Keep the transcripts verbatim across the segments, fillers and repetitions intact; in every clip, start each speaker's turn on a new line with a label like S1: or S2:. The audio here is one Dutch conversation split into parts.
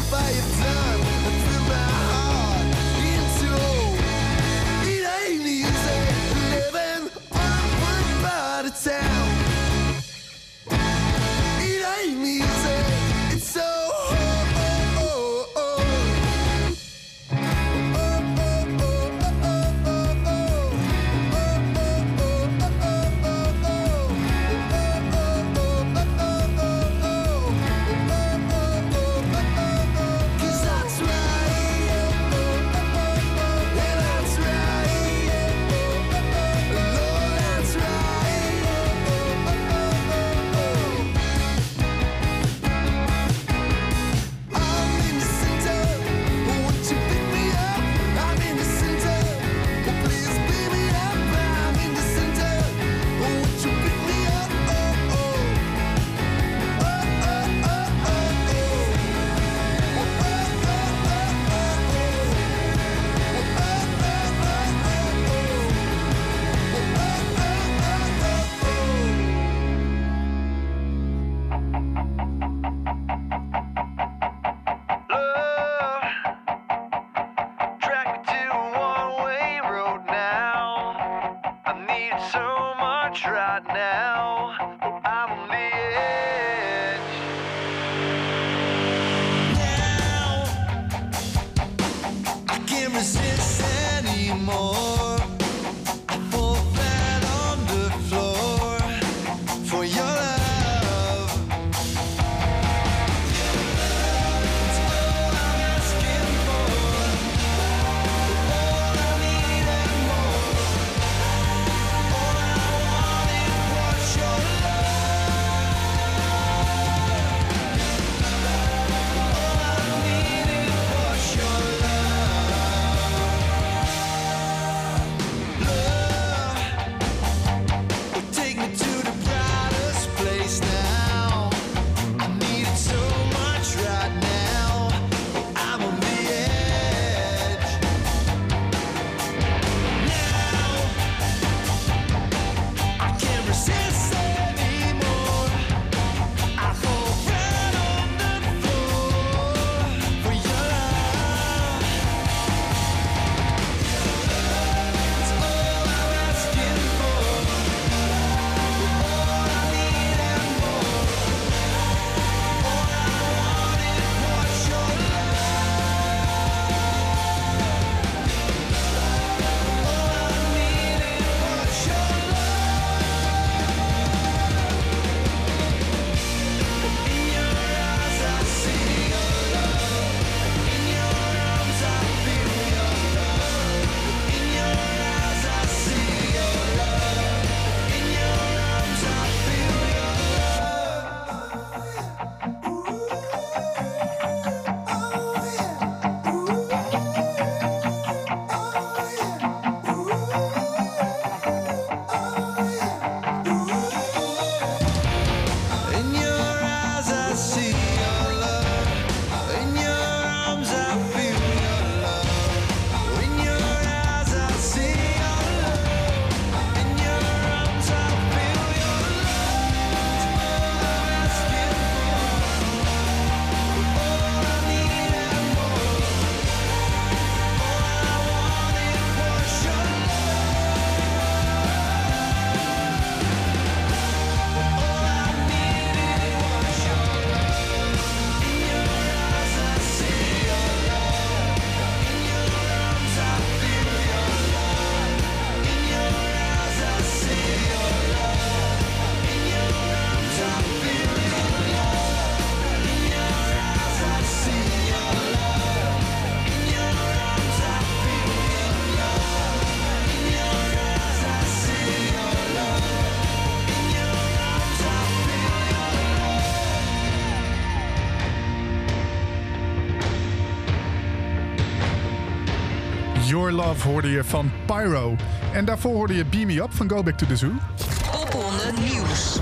S1: Your Love hoorde je van Pyro. En daarvoor hoorde je Beam Me Up van Go Back to the Zoo.
S2: Op honderd nieuws.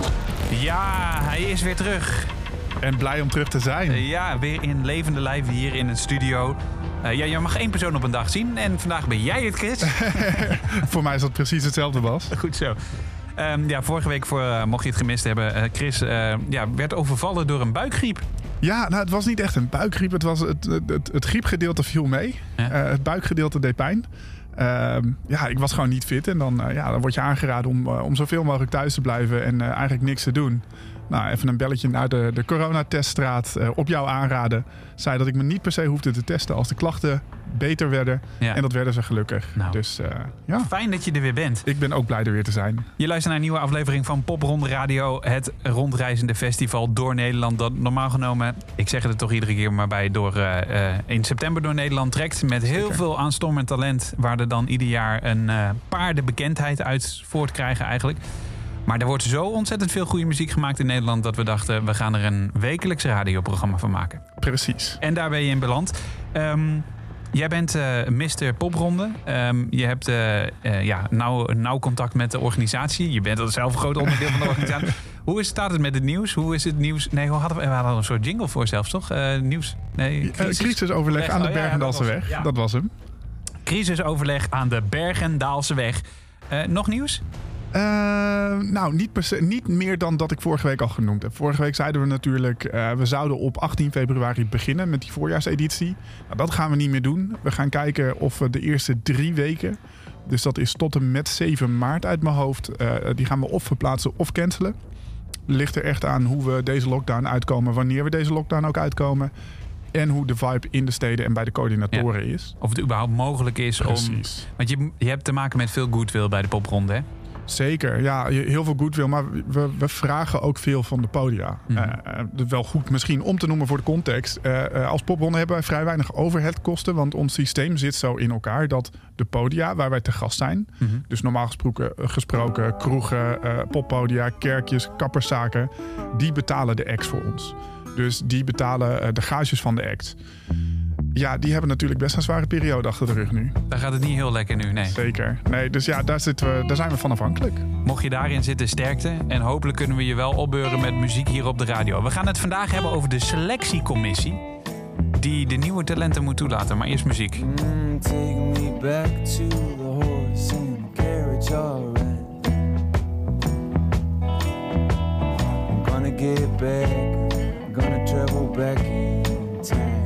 S3: Ja, hij is weer terug.
S1: En blij om terug te zijn.
S3: Uh, ja, weer in levende lijf hier in het studio. Uh, ja, je mag één persoon op een dag zien. En vandaag ben jij het, Chris.
S1: Voor mij is dat precies hetzelfde, Bas.
S3: Goed zo. Um, ja, vorige week, voor, uh, mocht je het gemist hebben... Uh, Chris uh, ja, werd overvallen door een buikgriep.
S1: Ja, nou, het was niet echt een buikgriep. Het, was het, het, het, het griepgedeelte viel mee.
S3: Ja.
S1: Uh, het buikgedeelte deed pijn. Uh, ja, ik was gewoon niet fit. En dan, uh, ja, dan word je aangeraden om, uh, om zoveel mogelijk thuis te blijven en uh, eigenlijk niks te doen. Nou, even een belletje naar de, de coronateststraat. Uh, op jouw aanraden zei dat ik me niet per se hoefde te testen als de klachten beter werden. Ja. En dat werden ze gelukkig. Nou, dus, uh, ja.
S3: Fijn dat je er weer bent.
S1: Ik ben ook blij er weer te zijn.
S3: Je luistert naar een nieuwe aflevering van Popronde Radio. Het rondreizende festival door Nederland. Dat normaal genomen, ik zeg het er toch iedere keer maar bij, door uh, uh, in september door Nederland trekt. Met heel Zeker. veel aanstormend talent. Waar er dan ieder jaar een uh, paardenbekendheid uit voortkrijgen eigenlijk. Maar er wordt zo ontzettend veel goede muziek gemaakt in Nederland dat we dachten, we gaan er een wekelijks radioprogramma van maken.
S1: Precies.
S3: En daar ben je in beland. Um, jij bent uh, mister Popronde. Um, je hebt uh, uh, ja, nauw, nauw contact met de organisatie. Je bent zelf een groot onderdeel van de organisatie. Hoe is, staat het met het nieuws? Hoe is het nieuws? Nee, we hadden, we hadden een soort jingle voor zelfs, toch? Uh, nieuws? Nee,
S1: crisis. Uh, crisisoverleg aan de Bergendaalse oh, ja, weg. Ja. Dat was hem.
S3: Crisisoverleg aan de Bergendaalse weg. Uh, nog nieuws?
S1: Uh, nou, niet, per se, niet meer dan dat ik vorige week al genoemd heb. Vorige week zeiden we natuurlijk, uh, we zouden op achttien februari beginnen met die voorjaarseditie. Nou, dat gaan we niet meer doen. We gaan kijken of we de eerste drie weken, dus dat is tot en met zeven maart uit mijn hoofd, uh, die gaan we of verplaatsen of cancelen. Ligt er echt aan hoe we deze lockdown uitkomen, wanneer we deze lockdown ook uitkomen. En hoe de vibe in de steden en bij de coördinatoren ja. is.
S3: Of het überhaupt mogelijk is.
S1: Precies.
S3: om... Want je, je hebt te maken met veel goodwill bij de popronde, hè?
S1: Zeker, ja, heel veel goodwill. Maar we, we vragen ook veel van de podia. Mm. Uh, uh, wel goed misschien om te noemen voor de context. Uh, uh, als popronde hebben wij vrij weinig overheadkosten. Want ons systeem zit zo in elkaar dat de podia waar wij te gast zijn. Mm-hmm. Dus normaal gesproken, gesproken kroegen, uh, poppodia, kerkjes, kapperszaken. Die betalen de acts voor ons. Dus die betalen uh, de gages van de act. Ja, die hebben natuurlijk best een zware periode achter de rug nu.
S3: Daar gaat het niet heel lekker nu, nee.
S1: Zeker. Nee, dus ja, daar, zitten we, daar zijn we van afhankelijk.
S3: Mocht je daarin zitten, sterkte. En hopelijk kunnen we je wel opbeuren met muziek hier op de radio. We gaan het vandaag hebben over de selectiecommissie die de nieuwe talenten moet toelaten. Maar eerst muziek.
S4: Mm, take me back to the horse and carriage, alright. I'm gonna get back, gonna travel back in time.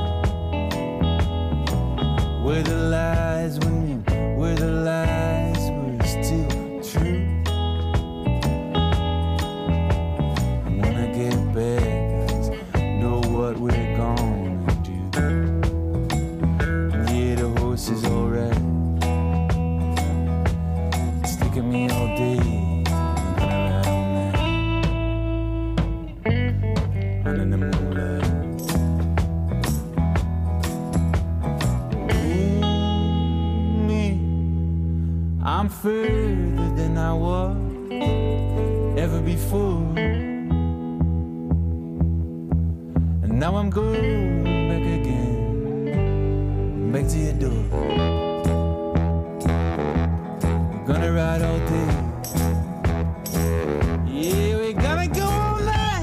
S4: Where the lies when where the lies were still true. And when I get back, I know what we're gonna do. Yeah, the horse is alright. It's taking me all day. I'm gonna ride on that. Under the moonlight. I'm further than I was ever before. And now I'm going back again, back to your door. We're gonna ride all day. Yeah, we're gonna go all night.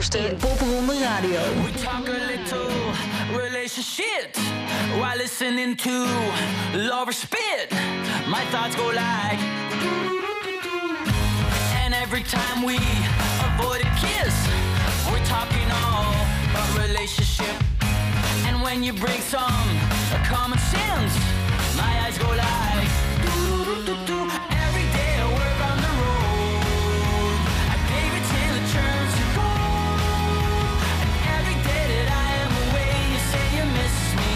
S2: nieuwste Popronde Radio.
S5: We talk a little relationship while listening to Lover Spit. My thoughts go like, and every time we avoid a kiss, we're talking all about relationship. And when you bring some common sense, my eyes go like, do-do-do-do. Every day I work on the road, I gave it till it turns to gold. And every day that I am away, you say you miss me.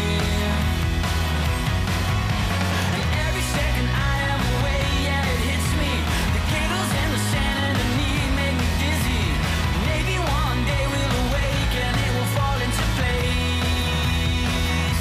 S5: And every second I am away, yeah, it hits me. The giggles and the sand and the need make me dizzy. Maybe one day we'll awake and it will fall into place.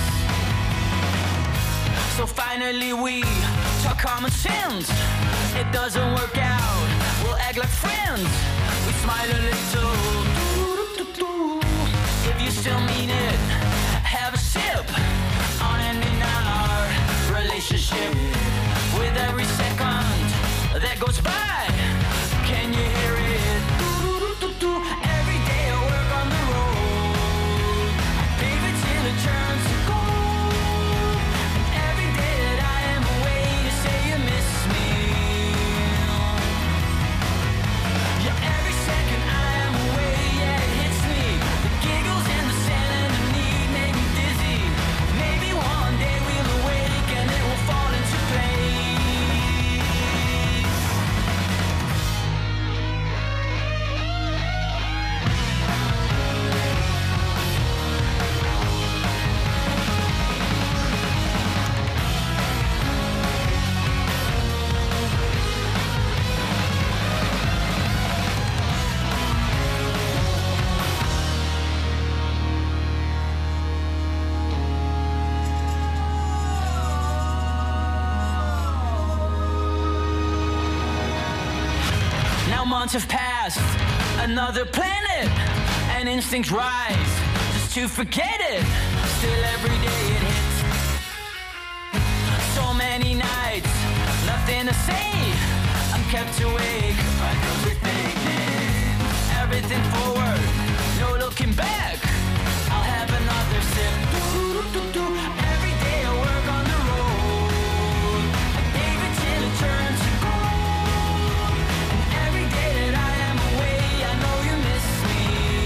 S5: So finally we talk common sense. It doesn't work out, we'll act like friends. We smile a little. Doo-doo-doo-doo. If you still mean it, have a sip on ending our relationship. With every second that goes by, can you hear it? Doo-doo-doo-doo. Every day I work on the road, I gave it till it turns to gold. And every day that I am away, you say you miss me. Yeah, every second I am away, yeah, it hits me. The giggles and the sand and the need make me dizzy. Maybe one day we'll awake and it will fall into place. Now months have passed, another planet, and instincts rise just to forget it. Still every day it hits. So many nights, nothing to say. I'm kept awake by everything. Everything forward, no looking back. I'll have another sip. Doo-doo-doo-doo. Every day I work on the road, I gave it till it turns to gold. And every day that I am away, I know you miss me.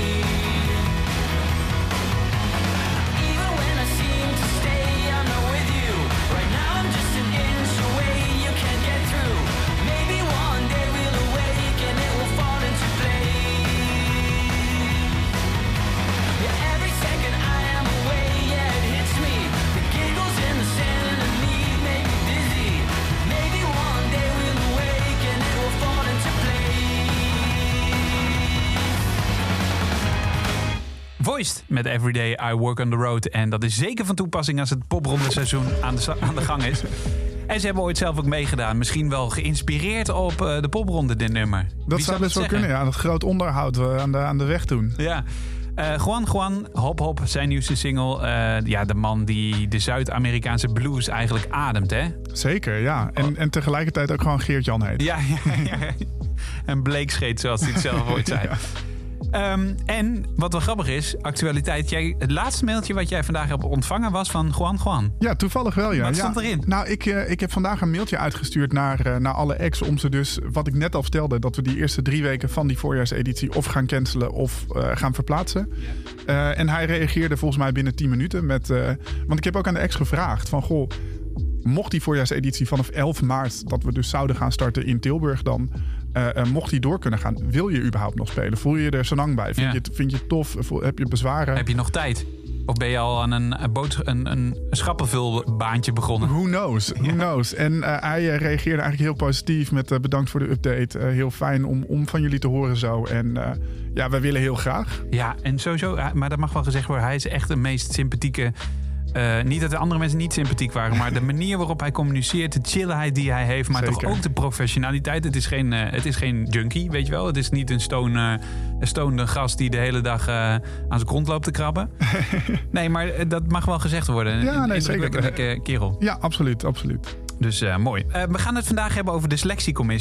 S5: Even when I seem to stay, I'm not with you. Right now I'm just an inch away, you can't get through. Maybe one day we'll awake and it will fall into place. Yeah, every second I am away, yeah, it hits me. The giggles in the sand and the need make me dizzy. Maybe one day we'll awake and it will fall into place.
S3: Voiced met Everyday I Work on the Road. En dat is zeker van toepassing als het popronde seizoen aan de, aan de gang is. En ze hebben ooit zelf ook meegedaan. Misschien wel geïnspireerd op uh, de popronde, dit nummer.
S1: Dat
S3: Wie
S1: zou best wel
S3: zeggen?
S1: kunnen, ja. Dat groot onderhoud uh, aan, de, aan de weg doen.
S3: Ja. Uh, Juan Juan, Hop Hop, zijn nieuwste single. Uh, ja, de man die de Zuid-Amerikaanse blues eigenlijk ademt, hè?
S1: Zeker, ja. En, en tegelijkertijd ook gewoon Geert-Jan heet.
S3: Ja, ja, ja. Een bleekscheet, zoals hij het zelf ooit zei.
S1: Ja.
S3: Um, en wat wel grappig is, actualiteit. Jij, het laatste mailtje wat jij vandaag hebt ontvangen was van Juan Juan.
S1: Ja, toevallig wel, ja.
S3: Wat stond
S1: ja.
S3: erin?
S1: Nou, ik, uh, ik heb vandaag een mailtje uitgestuurd naar, uh, naar alle ex... om ze dus, wat ik net al vertelde... dat we die eerste drie weken van die voorjaarseditie... of gaan cancelen of uh, gaan verplaatsen. Uh, en hij reageerde volgens mij binnen tien minuten met... Uh, want ik heb ook aan de ex gevraagd van... goh, mocht die voorjaarseditie vanaf elf maart... dat we dus zouden gaan starten in Tilburg dan... Uh, uh, mocht die door kunnen gaan, wil je überhaupt nog spelen? Voel je er zo lang bij? Vind,
S3: Ja.
S1: je, het, vind je het tof? Voel, heb je bezwaren?
S3: Heb je nog tijd? Of ben je al aan een, een, bood, een, een schappenvulbaantje begonnen?
S1: Who knows? Who
S3: Ja.
S1: knows? En uh, hij uh, reageerde eigenlijk heel positief met uh, bedankt voor de update. Uh, heel fijn om, om van jullie te horen zo. En uh, ja, wij willen heel graag.
S3: Ja, en sowieso, maar dat mag wel gezegd worden. Hij is echt de meest sympathieke... Uh, niet dat de andere mensen niet sympathiek waren, maar de manier waarop hij communiceert, de chillheid die hij heeft, maar
S1: Zeker.
S3: toch ook de professionaliteit. Het is geen, uh, het is geen junkie, weet je wel. Het is niet een stone, uh, een stonende gast die de hele dag uh, aan zijn kont loopt te krabben. Nee, maar uh, dat mag wel gezegd worden.
S1: Ja,
S3: Een
S1: nee, zeker.
S3: indrukwekkende kerel.
S1: Ja, absoluut, absoluut.
S3: Dus uh, mooi. Uh, we gaan het vandaag hebben over de selectiecommissie.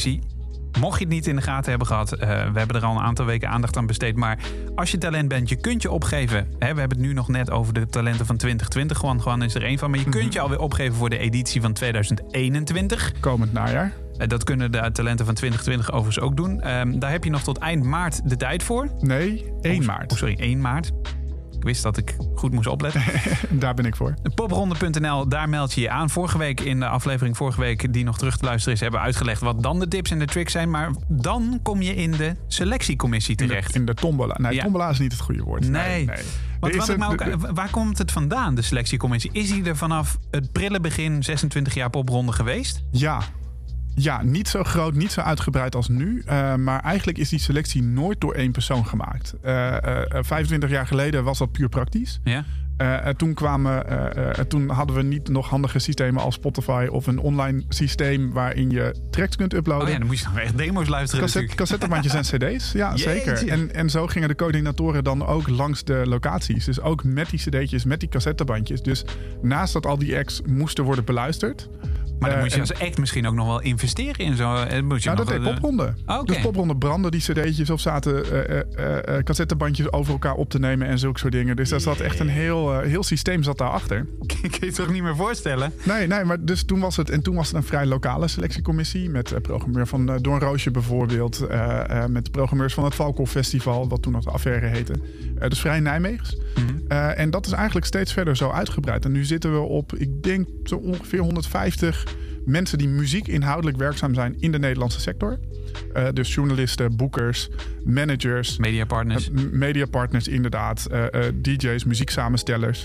S3: Mocht je het niet in de gaten hebben gehad, uh, we hebben er al een aantal weken aandacht aan besteed. Maar als je talent bent, je kunt je opgeven. Hè, we hebben het nu nog net over de talenten van twintig twintig. Juan, Juan is er één van. Maar je mm-hmm. kunt je alweer opgeven voor de editie van tweeduizend eenentwintig.
S1: Komend najaar.
S3: Uh, dat kunnen de talenten van twintig twintig overigens ook doen. Um, daar heb je nog tot eind maart de tijd voor.
S1: Nee, één maart.
S3: Oh, sorry, één maart. Ik wist dat ik goed moest opletten.
S1: Daar ben ik voor.
S3: popronde punt n l, daar meld je je aan. Vorige week in de aflevering vorige week die nog terug te luisteren is, hebben we uitgelegd wat dan de tips en de tricks zijn. Maar dan kom je in de selectiecommissie terecht.
S1: In de, in de tombola. Nee, ja. tombola is niet het goede woord.
S3: Nee. nee, nee. Want wat ik me ook, waar komt het vandaan, de selectiecommissie? Is die er vanaf het prille begin zesentwintig jaar popronde geweest?
S1: Ja. Ja, niet zo groot, niet zo uitgebreid als nu. Uh, maar eigenlijk is die selectie nooit door één persoon gemaakt. Uh, uh, vijfentwintig jaar geleden was dat puur praktisch.
S3: Ja.
S1: Uh, uh, toen, kwamen, uh, uh, toen hadden we niet nog handige systemen als Spotify of een online systeem waarin je tracks kunt uploaden.
S3: Oh ja, dan moest je nog echt demo's luisteren.
S1: Cassette, cassettebandjes en cd's, ja zeker. En, en zo gingen de coördinatoren dan ook langs de locaties. Dus ook met die cd'tjes, met die cassettebandjes. Dus naast dat al die acts moesten worden beluisterd.
S3: Maar dan uh, moet je als act misschien ook nog wel investeren in zo. Moet je
S1: ja,
S3: nog
S1: dat deed
S3: de...
S1: popronde.
S3: Oh, okay. Dus
S1: popronde brandde die cd'tjes of zaten uh, uh, uh, cassettebandjes over elkaar op te nemen en zulke soort dingen. Dus daar zat echt een heel, uh, heel systeem zat daarachter.
S3: Ik kan je toch niet meer voorstellen?
S1: Nee, nee, maar dus toen was het en toen was het een vrij lokale selectiecommissie met uh, programmeur van uh, Doorn Roosje bijvoorbeeld, uh, uh, met de programmeurs van het Valkhof Festival, wat toen nog de affaire heette. Uh, dus vrij Nijmeegs. Mm-hmm. Uh, en dat is eigenlijk steeds verder zo uitgebreid. En nu zitten we op, ik denk zo ongeveer honderdvijftig mensen die muziek inhoudelijk werkzaam zijn in de Nederlandse sector. Uh, dus journalisten, boekers, managers.
S3: Mediapartners.
S1: Uh, mediapartners inderdaad. Uh, uh, D J's, muzieksamenstellers.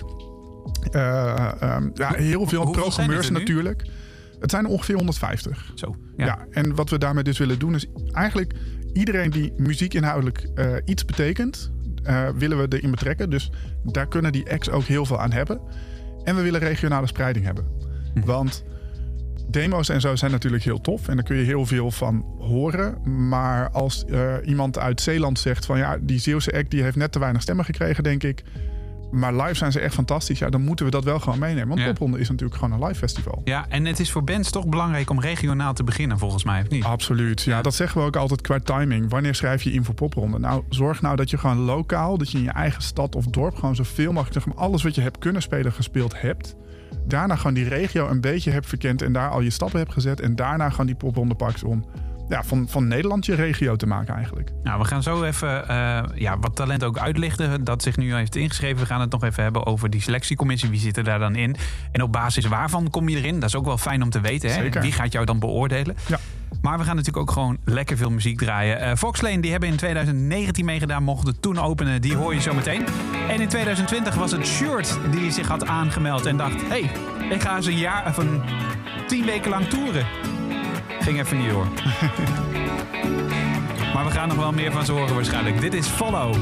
S1: Uh, um, ja, heel veel programmeurs natuurlijk. Het zijn ongeveer honderdvijftig.
S3: Zo, ja.
S1: ja. En wat we daarmee dus willen doen is eigenlijk iedereen die muziekinhoudelijk uh, iets betekent, uh, willen we erin betrekken. Dus daar kunnen die acts ook heel veel aan hebben. En we willen regionale spreiding hebben. Hm. Want demo's en zo zijn natuurlijk heel tof. En daar kun je heel veel van horen. Maar als uh, iemand uit Zeeland zegt van ja, die Zeeuwse act die heeft net te weinig stemmen gekregen, denk ik. Maar live zijn ze echt fantastisch. Ja, dan moeten we dat wel gewoon meenemen. Want ja. Popronde is natuurlijk gewoon een live festival.
S3: Ja, en het is voor bands toch belangrijk om regionaal te beginnen, volgens mij, of niet?
S1: Absoluut. Ja, ja, dat zeggen we ook altijd qua timing. Wanneer schrijf je in voor Popronde? Nou, zorg nou dat je gewoon lokaal, dat je in je eigen stad of dorp gewoon zoveel mogelijk, zeg maar, alles wat je hebt kunnen spelen, gespeeld hebt. Daarna gewoon die regio een beetje hebt verkend en daar al je stappen hebt gezet. En daarna gewoon die Popronde paks om ja, van, van Nederland je regio te maken eigenlijk.
S3: Nou, we gaan zo even uh, ja, wat talent ook uitlichten dat zich nu heeft ingeschreven. We gaan het nog even hebben over die selectiecommissie. Wie zit er daar dan in? En op basis waarvan kom je erin? Dat is ook wel fijn om te weten. Hè? Wie gaat jou dan beoordelen? Ja. Maar we gaan natuurlijk ook gewoon lekker veel muziek draaien. Uh, Fox Lane, die hebben in twintig negentien meegedaan, mochten toen openen. Die hoor je zo meteen. En in twintig twintig was het Shirt die zich had aangemeld en dacht, hé, hey, ik ga eens een jaar of een tien weken lang toeren. Ging even niet door. Maar we gaan nog wel meer van ze horen waarschijnlijk. Dit is Follow.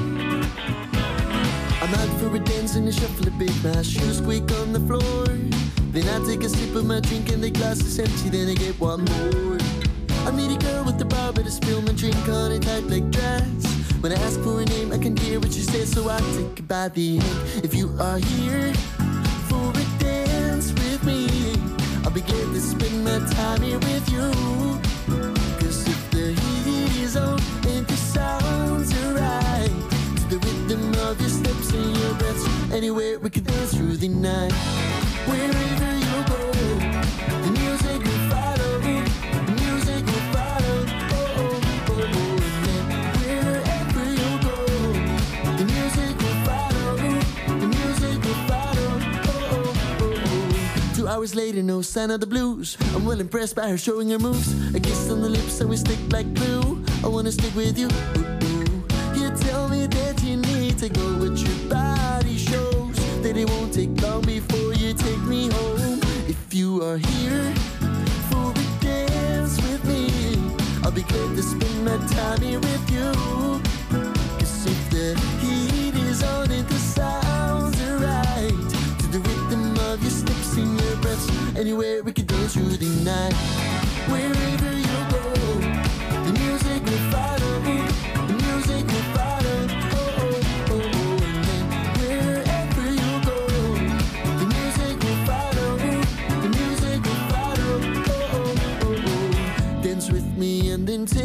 S6: I'm out for a dance and a shuffle a bit. My shoes squeak on the floor. Then I take a sip of my drink and the glass is empty. Then I get one more. I meet a girl with the bar, but I spill my drink on a tight black dress. When I ask for her name, I can hear what she says, so I take it by the hand. If you are here for a dance with me, I'll be glad to spend my time here with you. Cause if the heat is on and the sounds are right, to the rhythm of your steps and your breaths, anywhere we can dance through the night. Wherever you go, the music will follow, the music will follow, oh, oh, oh, oh. And wherever you go, the music will follow, the music will follow, oh, oh, oh, oh. Two hours later, no sign of the blues. I'm well impressed by her showing her moves. A kiss on the lips and we stick like glue. I wanna stick with you, ooh, ooh. You tell me that you need to go, with your body shows that it won't take long before you take me home. If you are here for a dance with me, I'll be glad to spend my time here with you. Cause if the heat is on and the sounds are right, to the rhythm of your steps and your breaths, anywhere we can dance through the night. Wherever you go, the music will follow, the music will follow, oh, oh, oh, oh. And then wherever you go, the music will follow, the music will follow, oh, oh, oh, oh. Dance with me and then take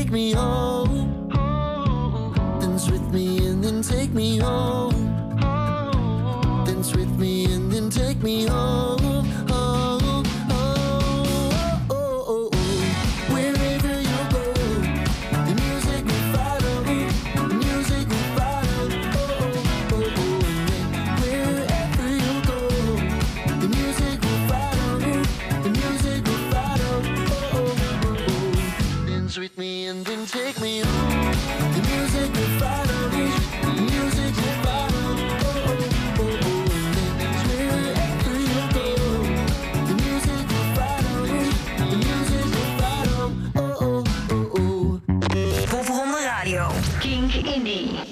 S6: take me home. Dance with me and then take me home. Dance with me and then take me home. Home, home, oh, oh, oh. Wherever you go, the music will follow. The music will follow. Oh, oh, oh, oh. Wherever you go, the music will follow. The music will follow. Oh, oh, oh, oh. Dance with me and then take me home. The music will follow. The music will follow. Oh, oh, oh, oh. Dance wherever you go. The music will follow. The music will follow. Oh, oh, oh, oh.
S2: Popronde Radio. King Indie.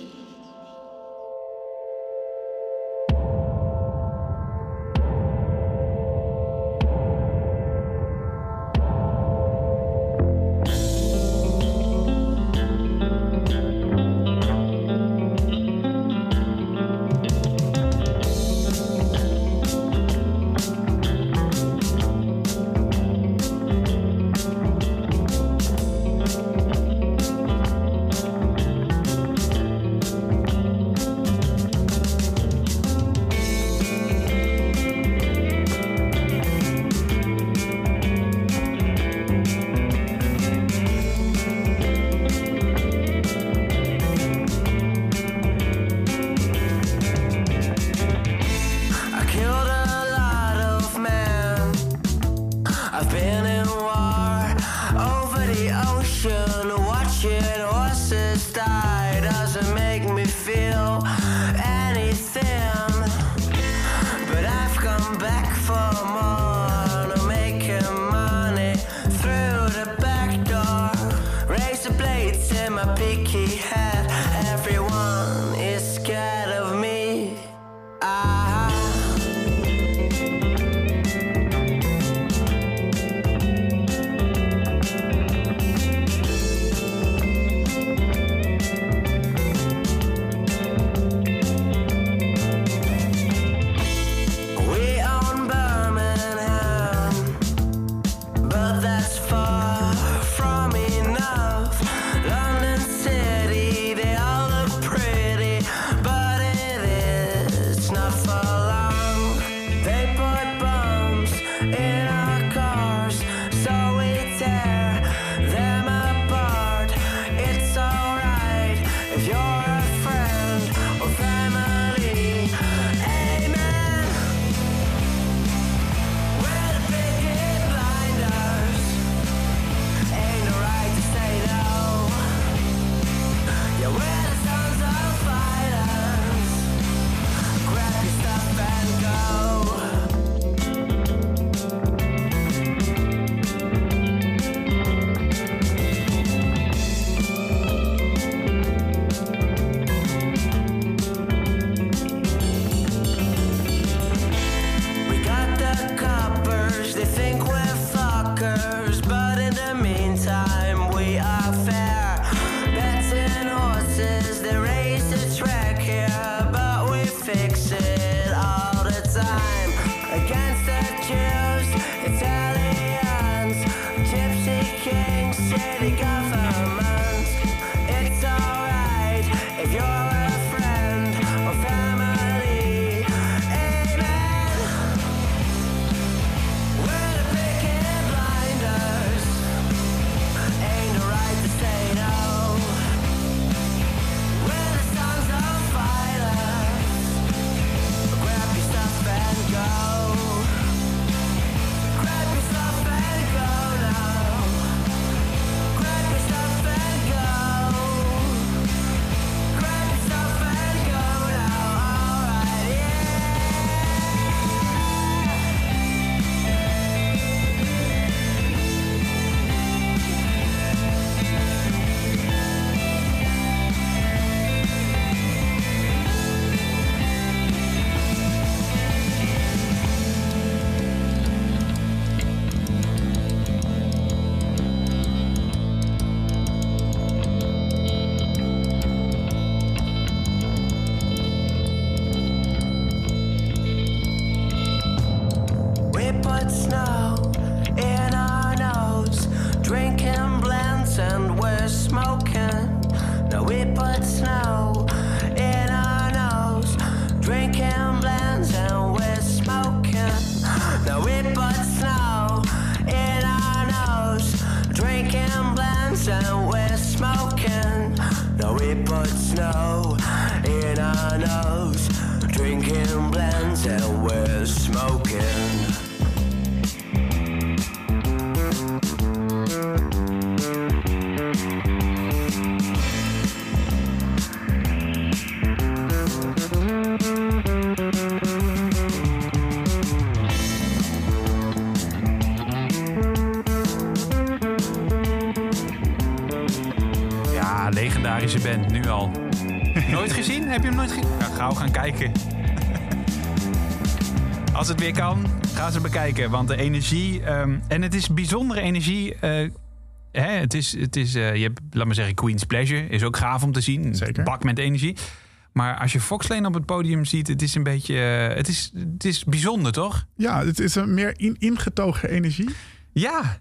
S5: I killed a lot of men. I've been in war over the ocean, watching horses die. Doesn't make me feel anything, but I've come back for more. No making money through the back door. Razor blades in my picky head. Everyone is scared of me. Ah.
S7: snow in our nose, drinking blends and we're smoking.
S3: Legendarische band, nu al. Nooit gezien? Heb je hem nooit gezien? Ja, gauw gaan kijken. Als het weer kan, ga ze bekijken. Want de energie... Um, en het is bijzondere energie. Uh, hè, het is, het is uh, je hebt, laat maar zeggen, Queen's Pleasure. Is ook gaaf om te zien.
S1: Zeker.
S3: Bak met energie. Maar als je Foxlane op het podium ziet, het is een beetje... Uh, het, is, het is bijzonder, toch?
S1: Ja, het is een meer in, ingetogen energie.
S3: Ja.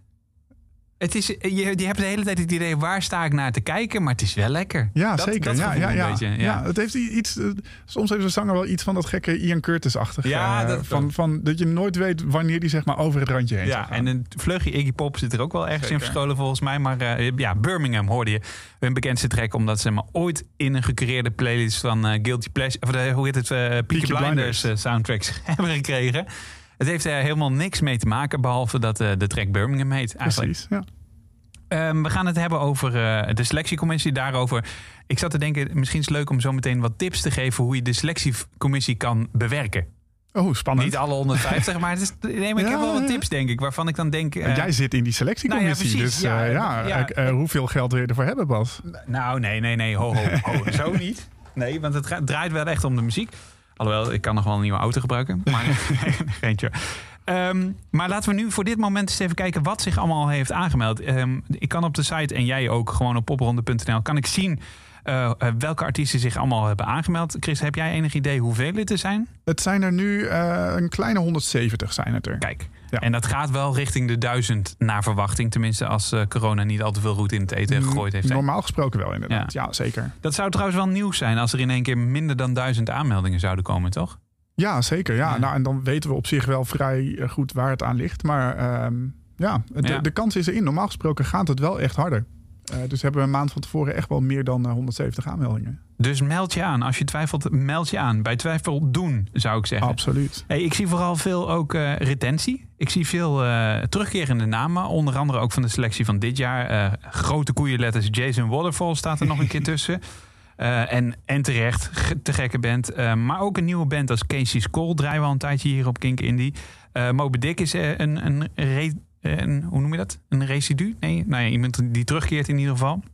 S3: Het is, je, je hebt de hele tijd het idee, waar sta ik naar te kijken? Maar het is wel lekker.
S1: Ja,
S3: dat,
S1: zeker.
S3: Dat
S1: ja, ja, ja.
S3: Beetje, ja.
S1: ja, het heeft iets... Uh, soms heeft de zanger wel iets van dat gekke Ian Curtis-achtig.
S3: Ja,
S1: uh,
S3: dat,
S1: van, van, dat je nooit weet wanneer die zeg maar over het randje heen
S3: ja, en een vleugje Iggy Pop zit er ook wel ergens zeker. in verscholen volgens mij. Maar uh, ja, Birmingham hoorde je. Hun bekendste track, omdat ze maar ooit in een gecureerde playlist van uh, Guilty Pleasure... Of de, hoe heet het? Uh, Peaky, Peaky Blinders, Blinders uh, soundtracks hebben gekregen. Het heeft er helemaal niks mee te maken, behalve dat uh, de track Birmingham heet. Eigenlijk.
S1: Precies, ja.
S3: Um, we gaan het hebben over uh, de selectiecommissie. Daarover. Ik zat te denken, misschien is het leuk om zo meteen wat tips te geven hoe je de selectiecommissie kan bewerken.
S1: Oh, spannend.
S3: Niet alle honderdvijftig, maar, het is, nee, maar ja, ik heb wel wat tips, denk ik, waarvan ik dan denk... Uh,
S1: jij zit in die selectiecommissie, nou ja, precies, dus uh, ja, ja, ja, uh, uh, hoeveel geld wil je ervoor hebben, Bas?
S3: Nou, nee, nee, nee, ho, ho, ho zo niet. Nee, want het draait wel echt om de muziek. Alhoewel, ik kan nog wel een nieuwe auto gebruiken, maar geentje. Um, maar laten we nu voor dit moment eens even kijken wat zich allemaal heeft aangemeld. Um, ik kan op de site, en jij ook, gewoon op popronde punt n l, kan ik zien uh, uh, welke artiesten zich allemaal hebben aangemeld. Chris, heb jij enig idee hoeveel het er zijn?
S1: Het zijn er nu uh, een kleine honderdzeventig zijn het er.
S3: Kijk, ja. En dat gaat wel richting de duizend naar verwachting. Tenminste als uh, corona niet al te veel roet in het eten gegooid heeft.
S1: Normaal hè? gesproken wel inderdaad, ja. ja zeker.
S3: Dat zou trouwens wel nieuws zijn als er in één keer minder dan duizend aanmeldingen zouden komen, toch?
S1: Ja, zeker. Ja. Ja. Nou, en dan weten we op zich wel vrij goed waar het aan ligt. Maar um, ja, de, ja, de kans is erin. Normaal gesproken gaat het wel echt harder. Uh, dus hebben we een maand van tevoren echt wel meer dan uh, honderdzeventig aanmeldingen.
S3: Dus meld je aan. Als je twijfelt, meld je aan. Bij twijfel doen, zou ik zeggen.
S1: Absoluut.
S3: Hey, ik zie vooral veel ook uh, retentie. Ik zie veel uh, terugkerende namen. Onder andere ook van de selectie van dit jaar. Uh, grote koeienletters. Jason Waterfall staat er nog een keer tussen. Uh, en, en terecht, te gekke band. Uh, maar ook een nieuwe band als Casey's Cole draaien we al een tijdje hier op Kink Indie. Uh, Moby Dick is uh, een, een, re, een, hoe noem je dat? Een residu? Nee, nou ja, iemand die terugkeert in ieder geval.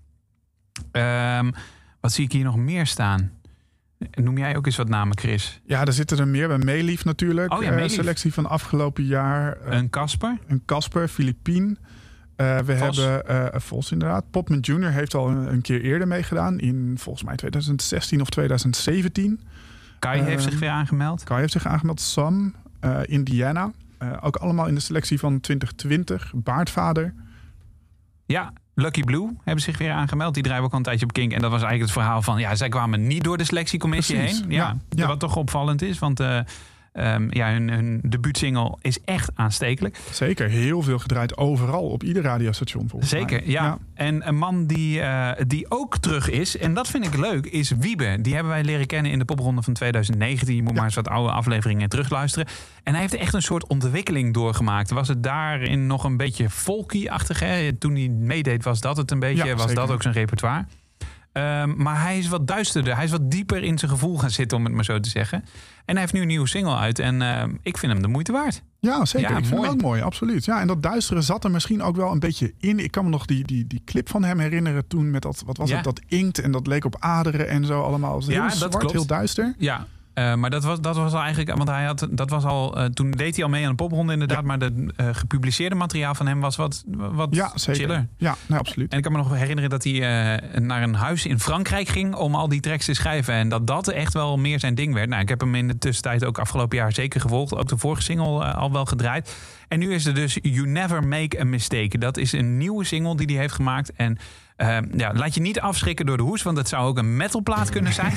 S3: Um, wat zie ik hier nog meer staan? Noem jij ook eens wat namen, Chris?
S1: Ja, er zitten er meer bij. Meelief natuurlijk.
S3: Oh ja, Meelief.
S1: Uh, selectie van afgelopen jaar.
S3: Uh, een Casper?
S1: Een Casper, Filipien. Uh, we Vos. hebben uh, Vos inderdaad. Popman Junior heeft al een, een keer eerder meegedaan. In volgens mij twintig zestien of twintig zeventien.
S3: Kai uh, heeft zich weer aangemeld.
S1: Kai heeft zich aangemeld. Sam, uh, Indiana. Uh, ook allemaal in de selectie van twintig twintig. Baardvader.
S3: Ja, Lucky Blue hebben zich weer aangemeld. Die draaien we ook al een tijdje op Kink. En dat was eigenlijk het verhaal van... ja, zij kwamen niet door de selectiecommissie
S1: Precies,
S3: heen. Ja, ja. Wat toch opvallend is. Want uh, um, ja, hun, hun debuutsingle is echt aanstekelijk.
S1: Zeker. Heel veel gedraaid overal. Op ieder radiostation volgens
S3: Zeker,
S1: mij.
S3: ja. ja. En een man die, uh, die ook terug is... en dat vind ik leuk, is Wiebe. Die hebben wij leren kennen in de popronde van twintig negentien. Je moet ja. maar eens wat oude afleveringen terugluisteren. En hij heeft echt een soort ontwikkeling doorgemaakt. Was het daarin nog een beetje folky-achtig? Hè? Toen hij meedeed was dat het een beetje. Ja, was zeker. Dat ook zijn repertoire. Um, maar hij is wat duisterder. Hij is wat dieper in zijn gevoel gaan zitten, om het maar zo te zeggen. En hij heeft nu een nieuwe single uit. En uh, ik vind hem de moeite waard.
S1: Ja, zeker. Ja, ik vind mooi. hem ook mooi, absoluut. Ja, en dat duistere zat er misschien ook wel een beetje in. Ik kan me nog die, die, die clip van hem herinneren toen met dat, wat was ja. het, dat inkt. En dat leek op aderen en zo allemaal. Het was heel ja, zwart, dat klopt. Heel duister.
S3: Ja. Uh, maar dat was, dat was al eigenlijk, want hij had, dat was al, uh, toen deed hij al mee aan de popronde inderdaad, ja. maar het uh, gepubliceerde materiaal van hem was wat, wat
S1: ja, zeker.
S3: chiller.
S1: Ja, nou, absoluut.
S3: En ik kan me nog herinneren dat hij uh, naar een huis in Frankrijk ging om al die tracks te schrijven en dat dat echt wel meer zijn ding werd. Nou, ik heb hem in de tussentijd ook afgelopen jaar zeker gevolgd, ook de vorige single uh, al wel gedraaid. En nu is er dus You Never Make a Mistake. Dat is een nieuwe single die hij heeft gemaakt en uh, ja, laat je niet afschrikken door de hoes, want het zou ook een metalplaat kunnen zijn.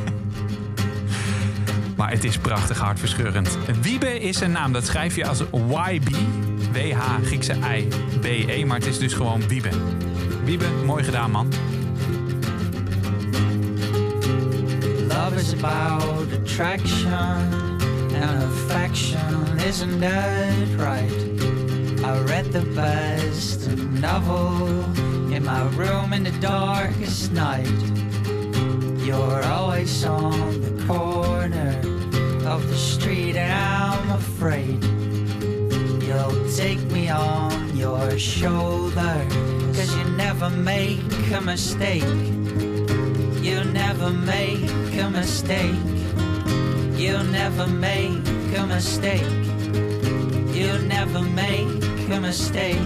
S3: Maar het is prachtig hartverscheurend. Wiebe is een naam, dat schrijf je als Y B. W H, Griekse I, B E. Maar het is dus gewoon Wiebe. Wiebe, mooi gedaan, man.
S8: is about attraction and affection, isn't that right? I read the best novel in my room in the darkest night. You're always on the corner of the street and I'm afraid you'll take me on your shoulder, 'cause you never make a mistake. You never make a mistake. You never make a mistake. You never make a mistake.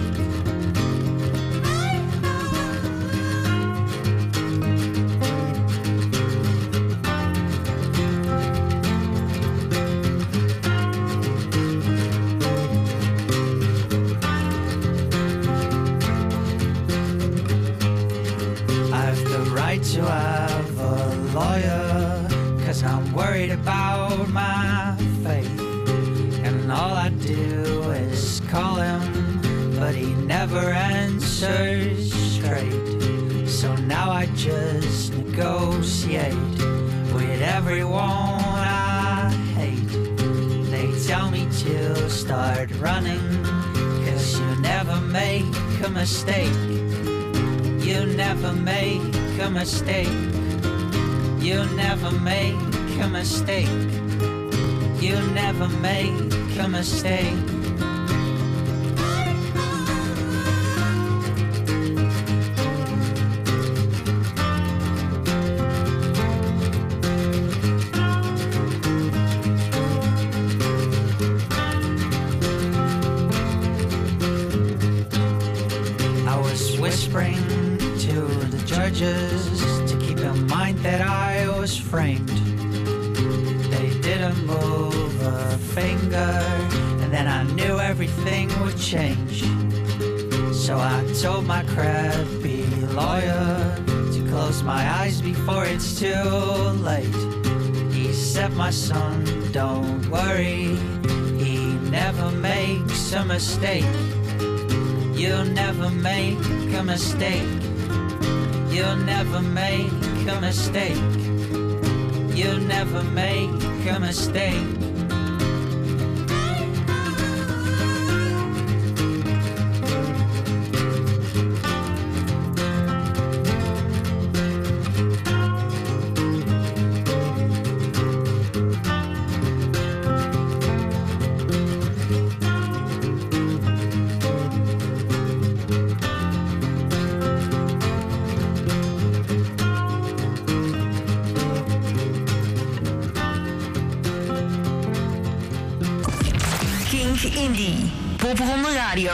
S8: To have a lawyer, 'cause I'm worried about my faith, and all I do is call him, but he never answers straight. So now I just negotiate with everyone I hate. They tell me to start running, 'cause you never make a mistake. You never make a mistake. You never make a mistake. You never make a mistake. I was whispering to the judges to keep in mind that I was framed. They didn't move a finger, and then I knew everything would change. So I told my crappy lawyer to close my eyes before it's too late. He said, my son, don't worry, he never makes a mistake. You never make a mistake. You'll never make a mistake. You'll never make a mistake.
S2: Indie. Popronde Radio.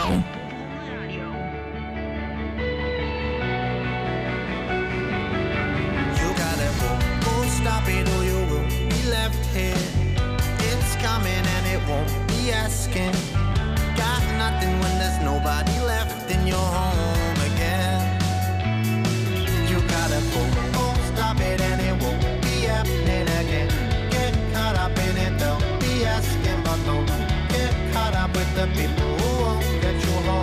S9: You gotta go, oh stop it or you will be left here. It's coming and it won't be asking. Got nothing when there's nobody left in your home again. You gotta go, oh stop it and it won't be happening again. Get caught up in it, they'll be asking, but don't get caught up with the people who won't get you home.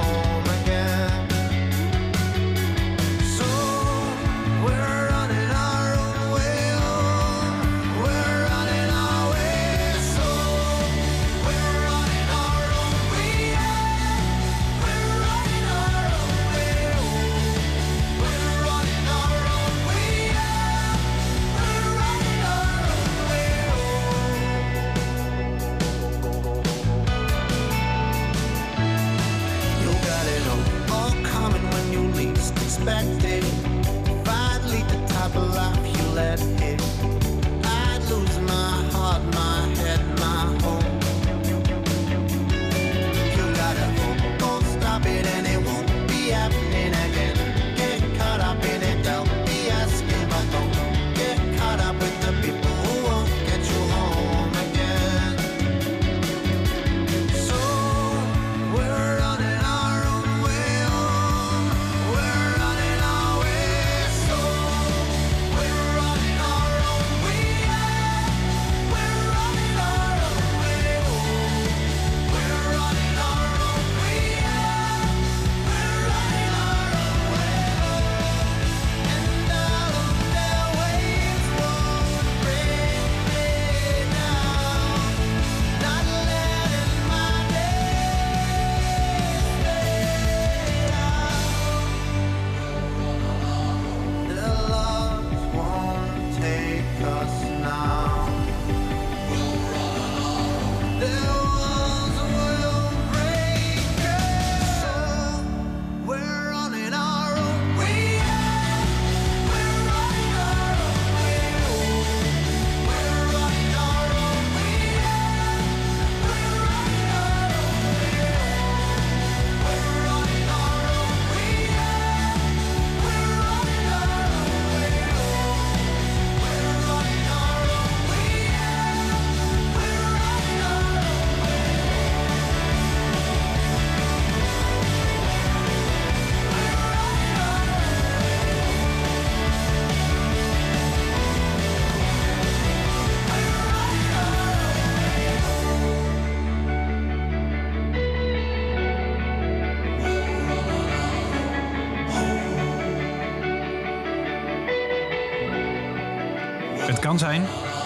S3: Het kan zijn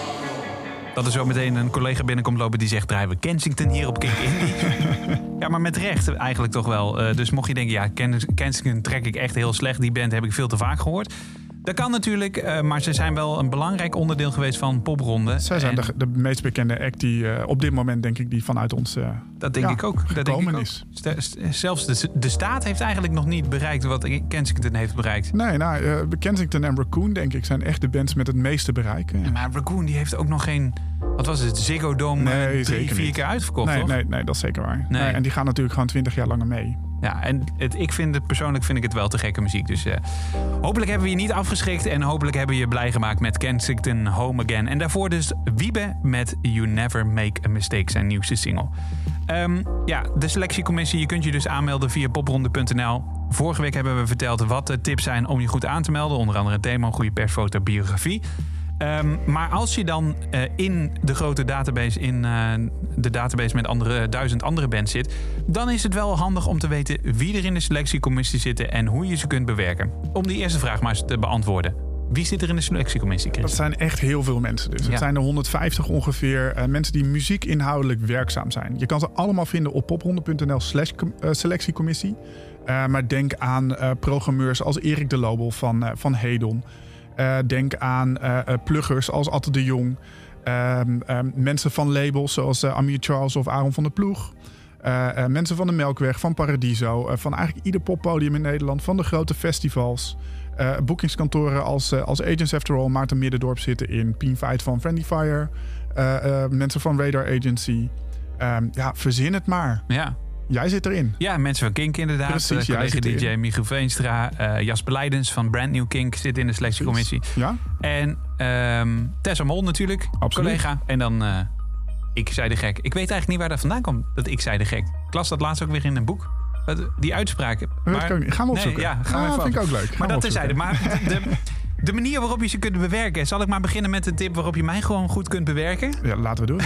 S3: dat er zo meteen een collega binnenkomt lopen die zegt... draaien we Kensington hier op Kink Indie? Ja, maar met recht eigenlijk toch wel. Uh, dus mocht je denken, ja, Kensington trek ik echt heel slecht. Die band heb ik veel te vaak gehoord. Dat kan natuurlijk, uh, maar ze zijn wel een belangrijk onderdeel geweest van Popronde.
S1: Zij zijn en... de, de meest bekende act die uh, op dit moment, denk ik, die vanuit ons uh,
S3: dat denk
S1: ja,
S3: ik ook. Dat denk ik ook.
S1: is.
S3: St- st- zelfs de, de staat heeft eigenlijk nog niet bereikt wat Kensington heeft bereikt.
S1: Nee, nou, uh, Kensington en Raccoon, denk ik, zijn echt de bands met het meeste bereik.
S3: Ja, maar Raccoon die heeft ook nog geen... Wat was het? Ziggo Dome
S1: nee,
S3: drie, vier
S1: niet.
S3: keer uitverkocht,
S1: nee,
S3: toch?
S1: Nee, nee, dat is zeker waar.
S3: Nee.
S1: Nee, en die gaan natuurlijk gewoon twintig jaar langer mee.
S3: Ja, en het, ik vind het persoonlijk vind ik het wel te gekke muziek. Dus uh, hopelijk hebben we je niet afgeschrikt. En hopelijk hebben we je blij gemaakt met Kensington Home Again. En daarvoor dus Wiebe met You Never Make a Mistake, zijn nieuwste single. Um, ja, de selectiecommissie. Je kunt je dus aanmelden via popronde punt n l. Vorige week hebben we verteld wat de tips zijn om je goed aan te melden. Onder andere thema, goede persfoto, biografie. Um, maar als je dan uh, in de grote database, in uh, de database met andere, duizend andere bands zit, dan is het wel handig om te weten wie er in de selectiecommissie zitten en hoe je ze kunt bewerken. Om die eerste vraag maar eens te beantwoorden. Wie zit er in de selectiecommissie, Chris?
S1: Dat zijn echt heel veel mensen. Dus.
S3: Ja.
S1: Het zijn er honderdvijftig ongeveer. Uh, mensen die muziekinhoudelijk werkzaam zijn. Je kan ze allemaal vinden op popronde punt n l slash selectiecommissie. Uh, maar denk aan uh, programmeurs als Erik de Lobel van, uh, van Hedon. Uh, denk aan uh, uh, pluggers als Atte de Jong. Uh, uh, mensen van labels zoals uh, Amir Charles of Aaron van der Ploeg. Uh, uh, mensen van de Melkweg, van Paradiso. Uh, van eigenlijk ieder poppodium in Nederland. Van de grote festivals. Uh, boekingskantoren als, uh, als Agents After All, Maarten Middendorp zitten in. Pien Veit van Friendly Fire. Uh, uh, mensen van Radar Agency. Uh, ja, verzin het maar.
S3: Ja.
S1: Jij zit erin.
S3: Ja, mensen van Kink inderdaad.
S1: Precies,
S3: uh, collega D J Michiel Veenstra. Uh, Jasper Leidens van Brand New Kink zit in de selectiecommissie.
S1: Ja.
S3: En um, Tessa Mol natuurlijk,
S1: Absoluut.
S3: collega. En dan uh, Ik zei de gek. Ik weet eigenlijk niet waar dat vandaan komt, dat Ik zei de gek. Ik las dat laatst ook weer in een boek. Die uitspraak.
S1: Maar, gaan we opzoeken.
S3: Nee, ja, gaan we
S1: ah,
S3: even
S1: vind ik
S3: op.
S1: ook leuk. Gaan
S3: maar dat terzijde. Maar de, de manier waarop je ze kunt bewerken. Zal ik maar beginnen met een tip waarop je mij gewoon goed kunt bewerken?
S1: Ja, laten we doen.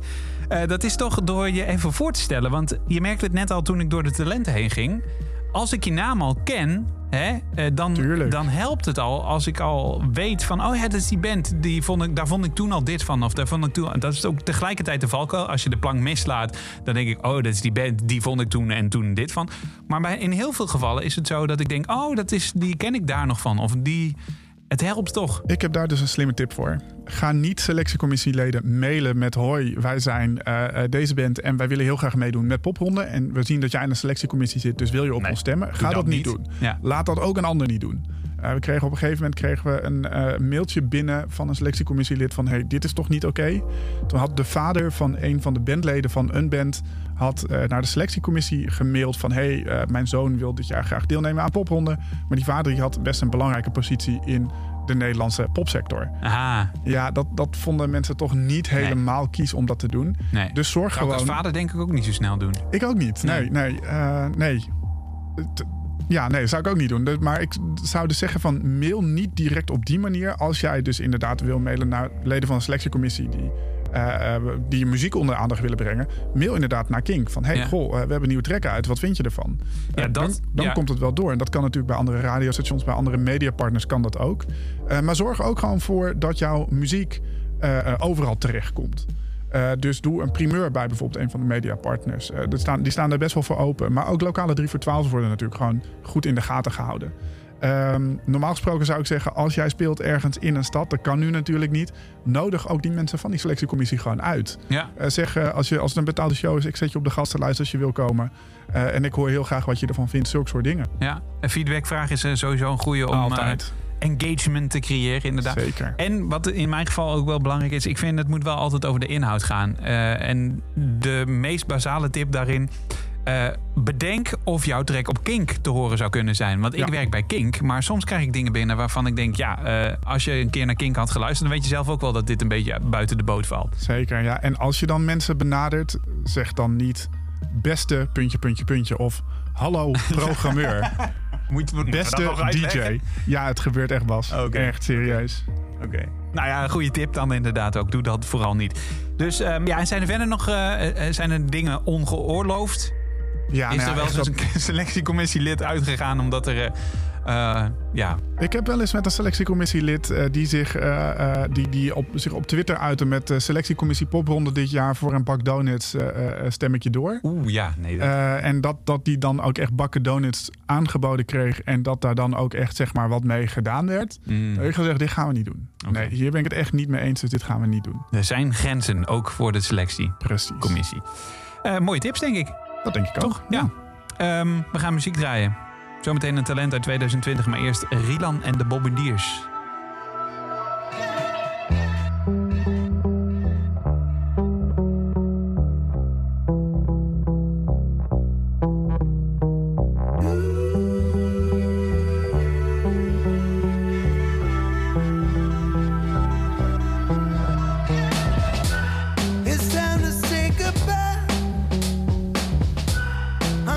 S3: uh, dat is toch door je even voor te stellen. Want je merkte het net al toen ik door de talenten heen ging. Als ik je naam al ken, hè, uh, dan, dan helpt het al als ik al weet van... oh ja, dat is die band, die vond ik, daar vond ik toen al dit van. Of daar vond ik toen, dat is ook tegelijkertijd de valkuil. Als je de plank mislaat, dan denk ik... oh, dat is die band, die vond ik toen en toen dit van. Maar bij, in heel veel gevallen is het zo dat ik denk... oh, dat is, die ken ik daar nog van. Of die... Het helpt toch.
S1: Ik heb daar dus een slimme tip voor. Ga niet selectiecommissieleden mailen met... hoi, wij zijn uh, deze band en wij willen heel graag meedoen met Popronde. En we zien dat jij in de selectiecommissie zit, dus wil je op nee, ons stemmen? Ga dat, dat niet doen.
S3: Ja.
S1: Laat dat ook een ander niet doen. Uh, we kregen op een gegeven moment kregen we een uh, mailtje binnen van een selectiecommissielid van... hey, dit is toch niet oké? Okay? Toen had de vader van een van de bandleden van een band... had uh, naar de selectiecommissie gemaild van... hey, uh, mijn zoon wil dit jaar graag deelnemen aan Popronde. Maar die vader die had best een belangrijke positie in de Nederlandse popsector.
S3: Aha.
S1: Ja, dat, dat vonden mensen toch niet helemaal nee. kies om dat te doen.
S3: Nee.
S1: Dus zorg
S3: Zou
S1: gewoon...
S3: ik als vader denk ik ook niet zo snel doen.
S1: Ik ook niet. Nee, nee, nee. Uh, nee. Ja, nee, dat zou ik ook niet doen. Maar ik zou dus zeggen van mail niet direct op die manier. Als jij dus inderdaad wil mailen naar leden van een selectiecommissie... die, uh, die je muziek onder aandacht willen brengen... mail inderdaad naar Kink. Van, hey, ja. goh, uh, we hebben een nieuwe track uit. Wat vind je ervan?
S3: Ja,
S1: uh,
S3: dat,
S1: dan dan
S3: ja.
S1: komt het wel door. En dat kan natuurlijk bij andere radiostations... bij andere mediapartners kan dat ook. Uh, maar zorg ook gewoon voor dat jouw muziek uh, uh, overal terechtkomt. Uh, dus doe een primeur bij bijvoorbeeld een van de mediapartners. Uh, die, staan, die staan daar best wel voor open. Maar ook lokale drie voor twaalf worden natuurlijk gewoon goed in de gaten gehouden. Um, normaal gesproken zou ik zeggen, als jij speelt ergens in een stad... dat kan nu natuurlijk niet, nodig ook die mensen van die selectiecommissie gewoon uit.
S3: Ja.
S1: Uh, zeg, uh, als, je, als het een betaalde show is, ik zet je op de gastenlijst als je wil komen. Uh, en ik hoor heel graag wat je ervan vindt, zulke soort dingen.
S3: Ja, een feedbackvraag is uh, sowieso een goede om...
S1: Altijd.
S3: Uh, engagement te creëren, inderdaad.
S1: Zeker.
S3: En wat in mijn geval ook wel belangrijk is... ik vind het moet wel altijd over de inhoud gaan. Uh, en de meest basale tip daarin... Uh, bedenk of jouw track op Kink te horen zou kunnen zijn. Want ik ja. werk bij Kink, maar soms krijg ik dingen binnen... waarvan ik denk, ja, uh, als je een keer naar Kink had geluisterd... dan weet je zelf ook wel dat dit een beetje buiten de boot valt.
S1: Zeker, ja. En als je dan mensen benadert... zeg dan niet beste puntje, puntje, puntje... of hallo programmeur...
S3: Moet, moet
S1: beste D J. Ja, het gebeurt echt, Bas. Okay. Echt serieus.
S3: Oké. Okay. Nou ja, een goede tip dan inderdaad ook. Doe dat vooral niet. Dus um, ja, en zijn er verder nog uh, zijn er dingen ongeoorloofd?
S1: Ja,
S3: is
S1: nou
S3: er
S1: ja,
S3: wel eens dat... een selectiecommissielid uitgegaan omdat er uh, Uh, ja.
S1: Ik heb wel eens met een selectiecommissielid uh, die, zich, uh, uh, die, die op, zich op Twitter uitte met de selectiecommissie Popronde dit jaar voor een bak donuts uh, uh, stemmetje door.
S3: Oeh, ja. Nee, dat...
S1: uh, en dat, dat die dan ook echt bakken donuts aangeboden kreeg en dat daar dan ook echt zeg maar wat mee gedaan werd. Mm. Dan heb ik gezegd, dit gaan we niet doen. Okay. Nee, hier ben ik het echt niet mee eens, dus dit gaan we niet doen.
S3: Er zijn grenzen, ook voor de selectiecommissie. Uh, mooie tips, denk ik.
S1: Dat denk ik ook.
S3: Toch? Ja. ja. Um, we gaan muziek draaien. Zometeen een talent uit twintig twintig, maar eerst Rilan en de Bombardiers.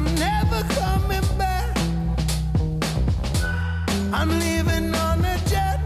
S9: I'm leaving on a jet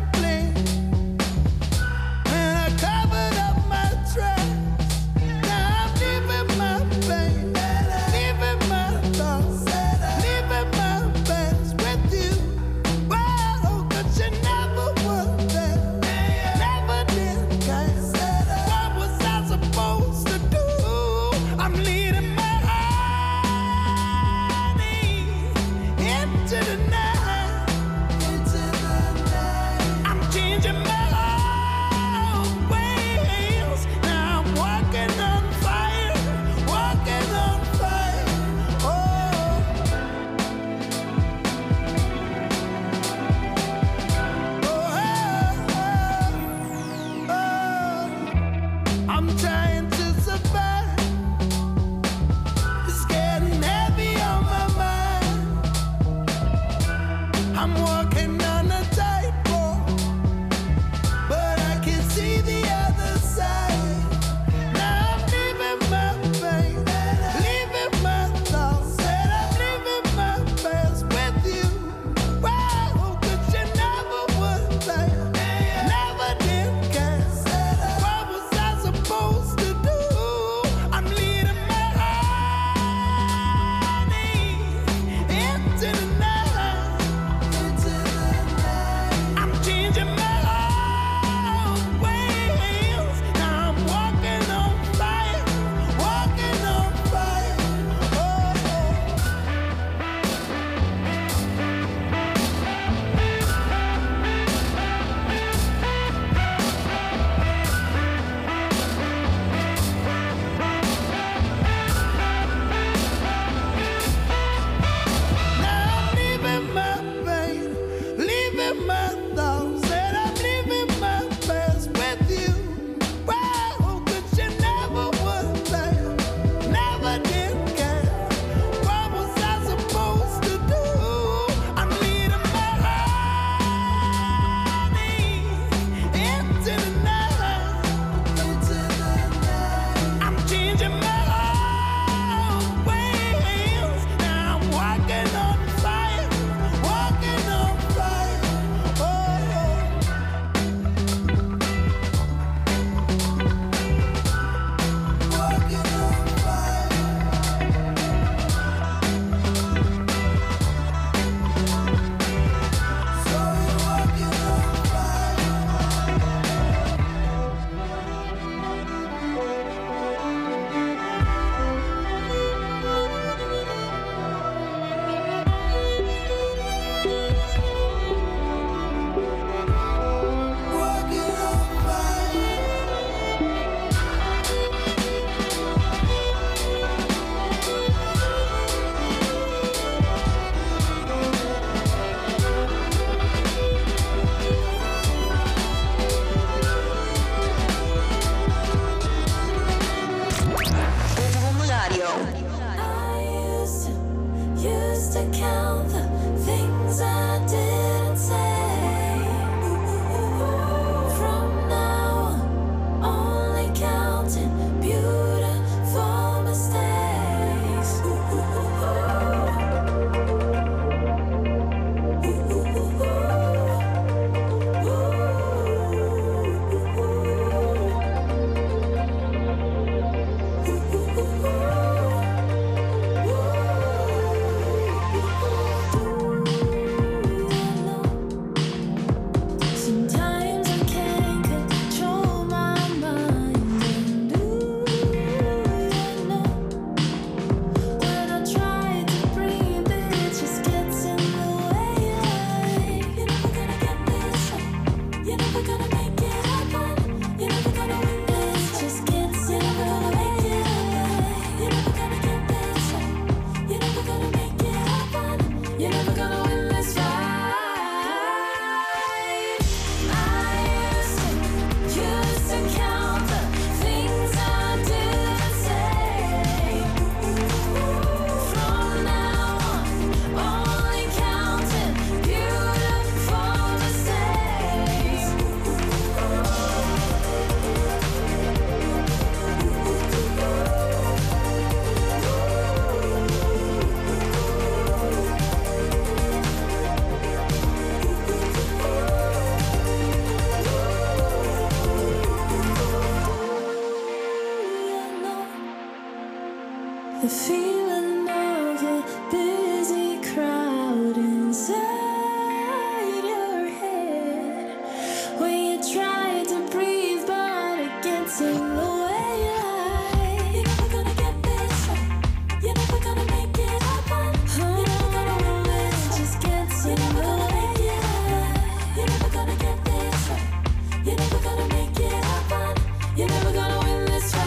S10: the feeling of a busy crowd inside your head, when you try to breathe but it gets in the way. You're never gonna get this right. You're never gonna make it happen. You're never gonna win this. It just gets in the way. You're never gonna get this right. You're never gonna make it happen. You're never gonna win this fight.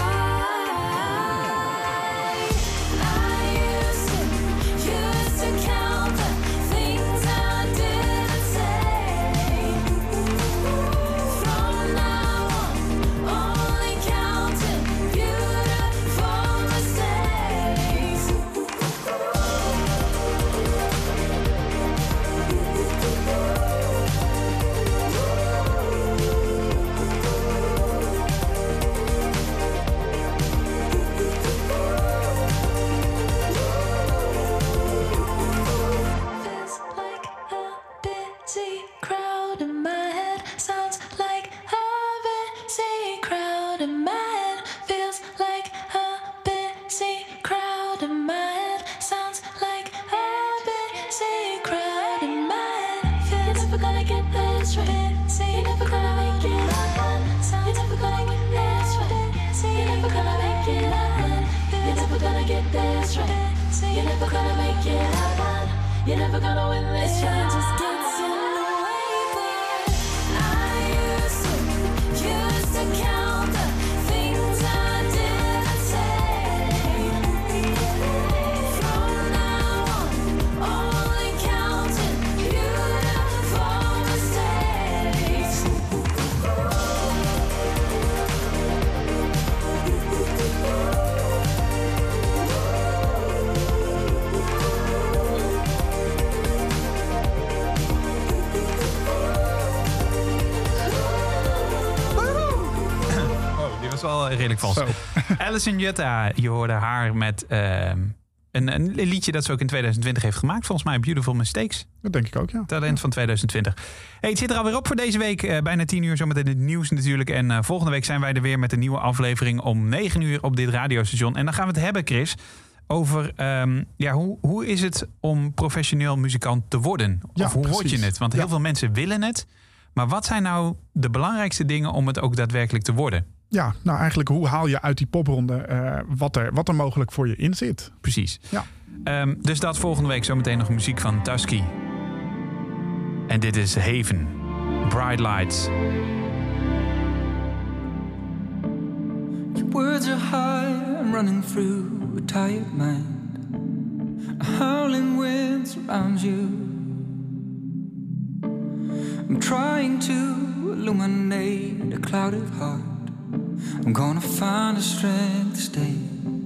S10: I used to, used to count the things I didn't say. From now on, only counting beautiful mistakes. Feels like a busy crowd in my head. Sounds like a busy crowd in my head. Feels like a busy crowd in my head. Sounds like a busy crowd in my head. You're never gonna get this right. See, you're never gonna make it happen. You're never gonna get this right. See, you're never gonna make it happen. You're never gonna get this right. See, you're never gonna make it happen. You're never gonna win this fight. Just gets in the way, but I used to, used to count the things I didn't say. From now on, only counting beautiful mistakes.
S3: Oh, die was wel redelijk vals. Alison Jutta, je hoorde haar met uh, een, een liedje dat ze ook in tweeduizend twintig heeft gemaakt. Volgens mij Beautiful Mistakes.
S1: Dat denk ik ook, ja.
S3: Talent van tweeduizend twintig. Hey, het zit er alweer op voor deze week. Uh, bijna tien uur, zometeen het nieuws natuurlijk. En uh, volgende week zijn wij er weer met een nieuwe aflevering om negen uur op dit radiostation. En dan gaan we het hebben, Chris, over um, ja, hoe, hoe is het om professioneel muzikant te worden? Of
S1: Ja,
S3: hoe word
S1: precies.
S3: je het? Want heel
S1: Ja.
S3: veel mensen willen het. Maar wat zijn nou de belangrijkste dingen om het ook daadwerkelijk te worden?
S1: Ja, nou eigenlijk hoe haal je uit die popronde uh, wat, er, wat er mogelijk voor je in zit.
S3: Precies.
S1: Ja.
S3: Um, dus dat volgende week zometeen nog muziek van Tusky. En dit is Haven. Bright Lights.
S11: Your words are high and running through a tired mind. A howling wind surrounds you. I'm trying to illuminate a clouded heart. I'm gonna find the strength to stay.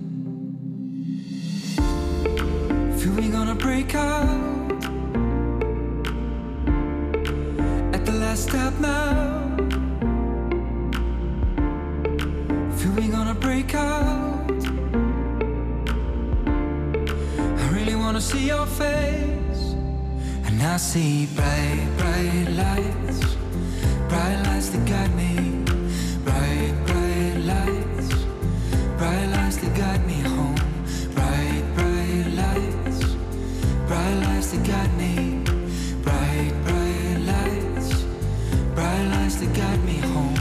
S11: Feel we gonna break out at the last step now. Feel we gonna break out. I really wanna see your face. And I see bright, bright lights. Bright lights that guide me. Bright, bright lights. Bright lights that guide me home. Bright, bright lights. Bright lights that guide me. Bright, bright lights. Bright lights that guide me home.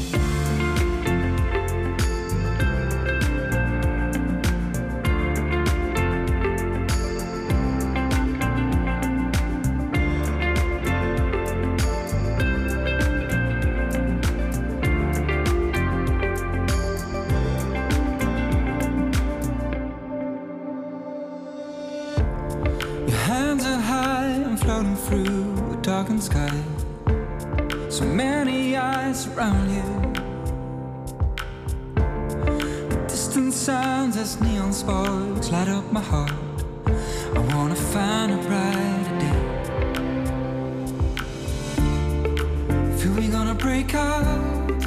S11: Through a darkened sky, so many eyes around you. Distant sounds as neon sparks light up my heart. I wanna find a brighter day. Feel we gonna break out.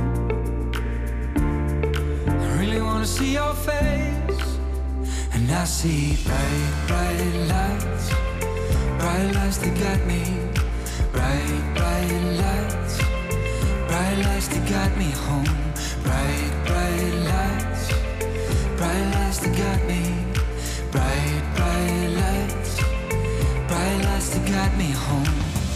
S11: I really wanna see your face. And I see bright, bright lights. Bright lights that guide me. Bright, bright lights. Bright lights that guide me home. Bright, bright lights. bright lights that got me. Bright, bright lights, bright lights that got me home.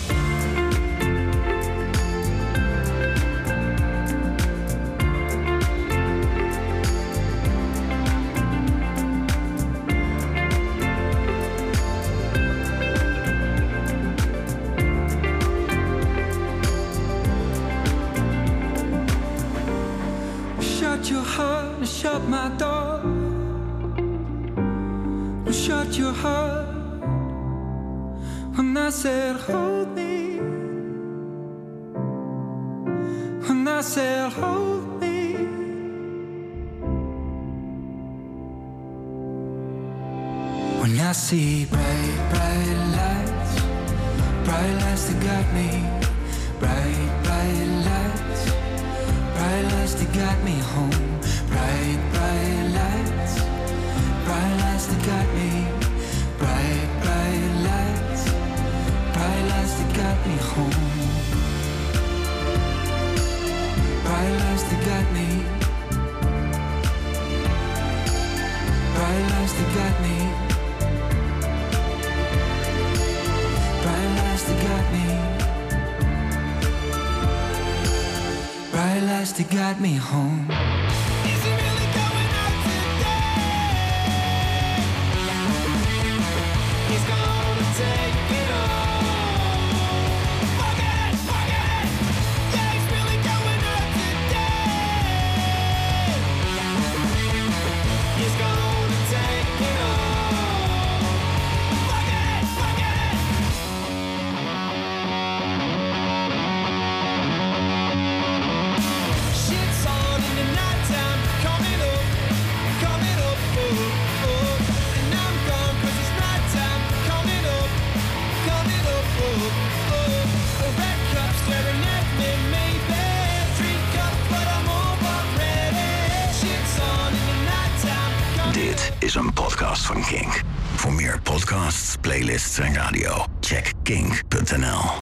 S11: Shut your heart and shut my door. Shut your heart when I said hold me. When I said hold me. When I see bright, bright lights, bright lights that got me. Bright, bright lights, bright lights that got me home. Bright, bright lights, bright lights that got me. Bright, bright lights, bright lights that got me home. Bright lights that got me. Bright lights that got me. Bright lights that got me. Bright lights that got me home.
S12: Dit is een podcast van Kink. Voor meer podcasts, playlists en radio, check kink punt n l.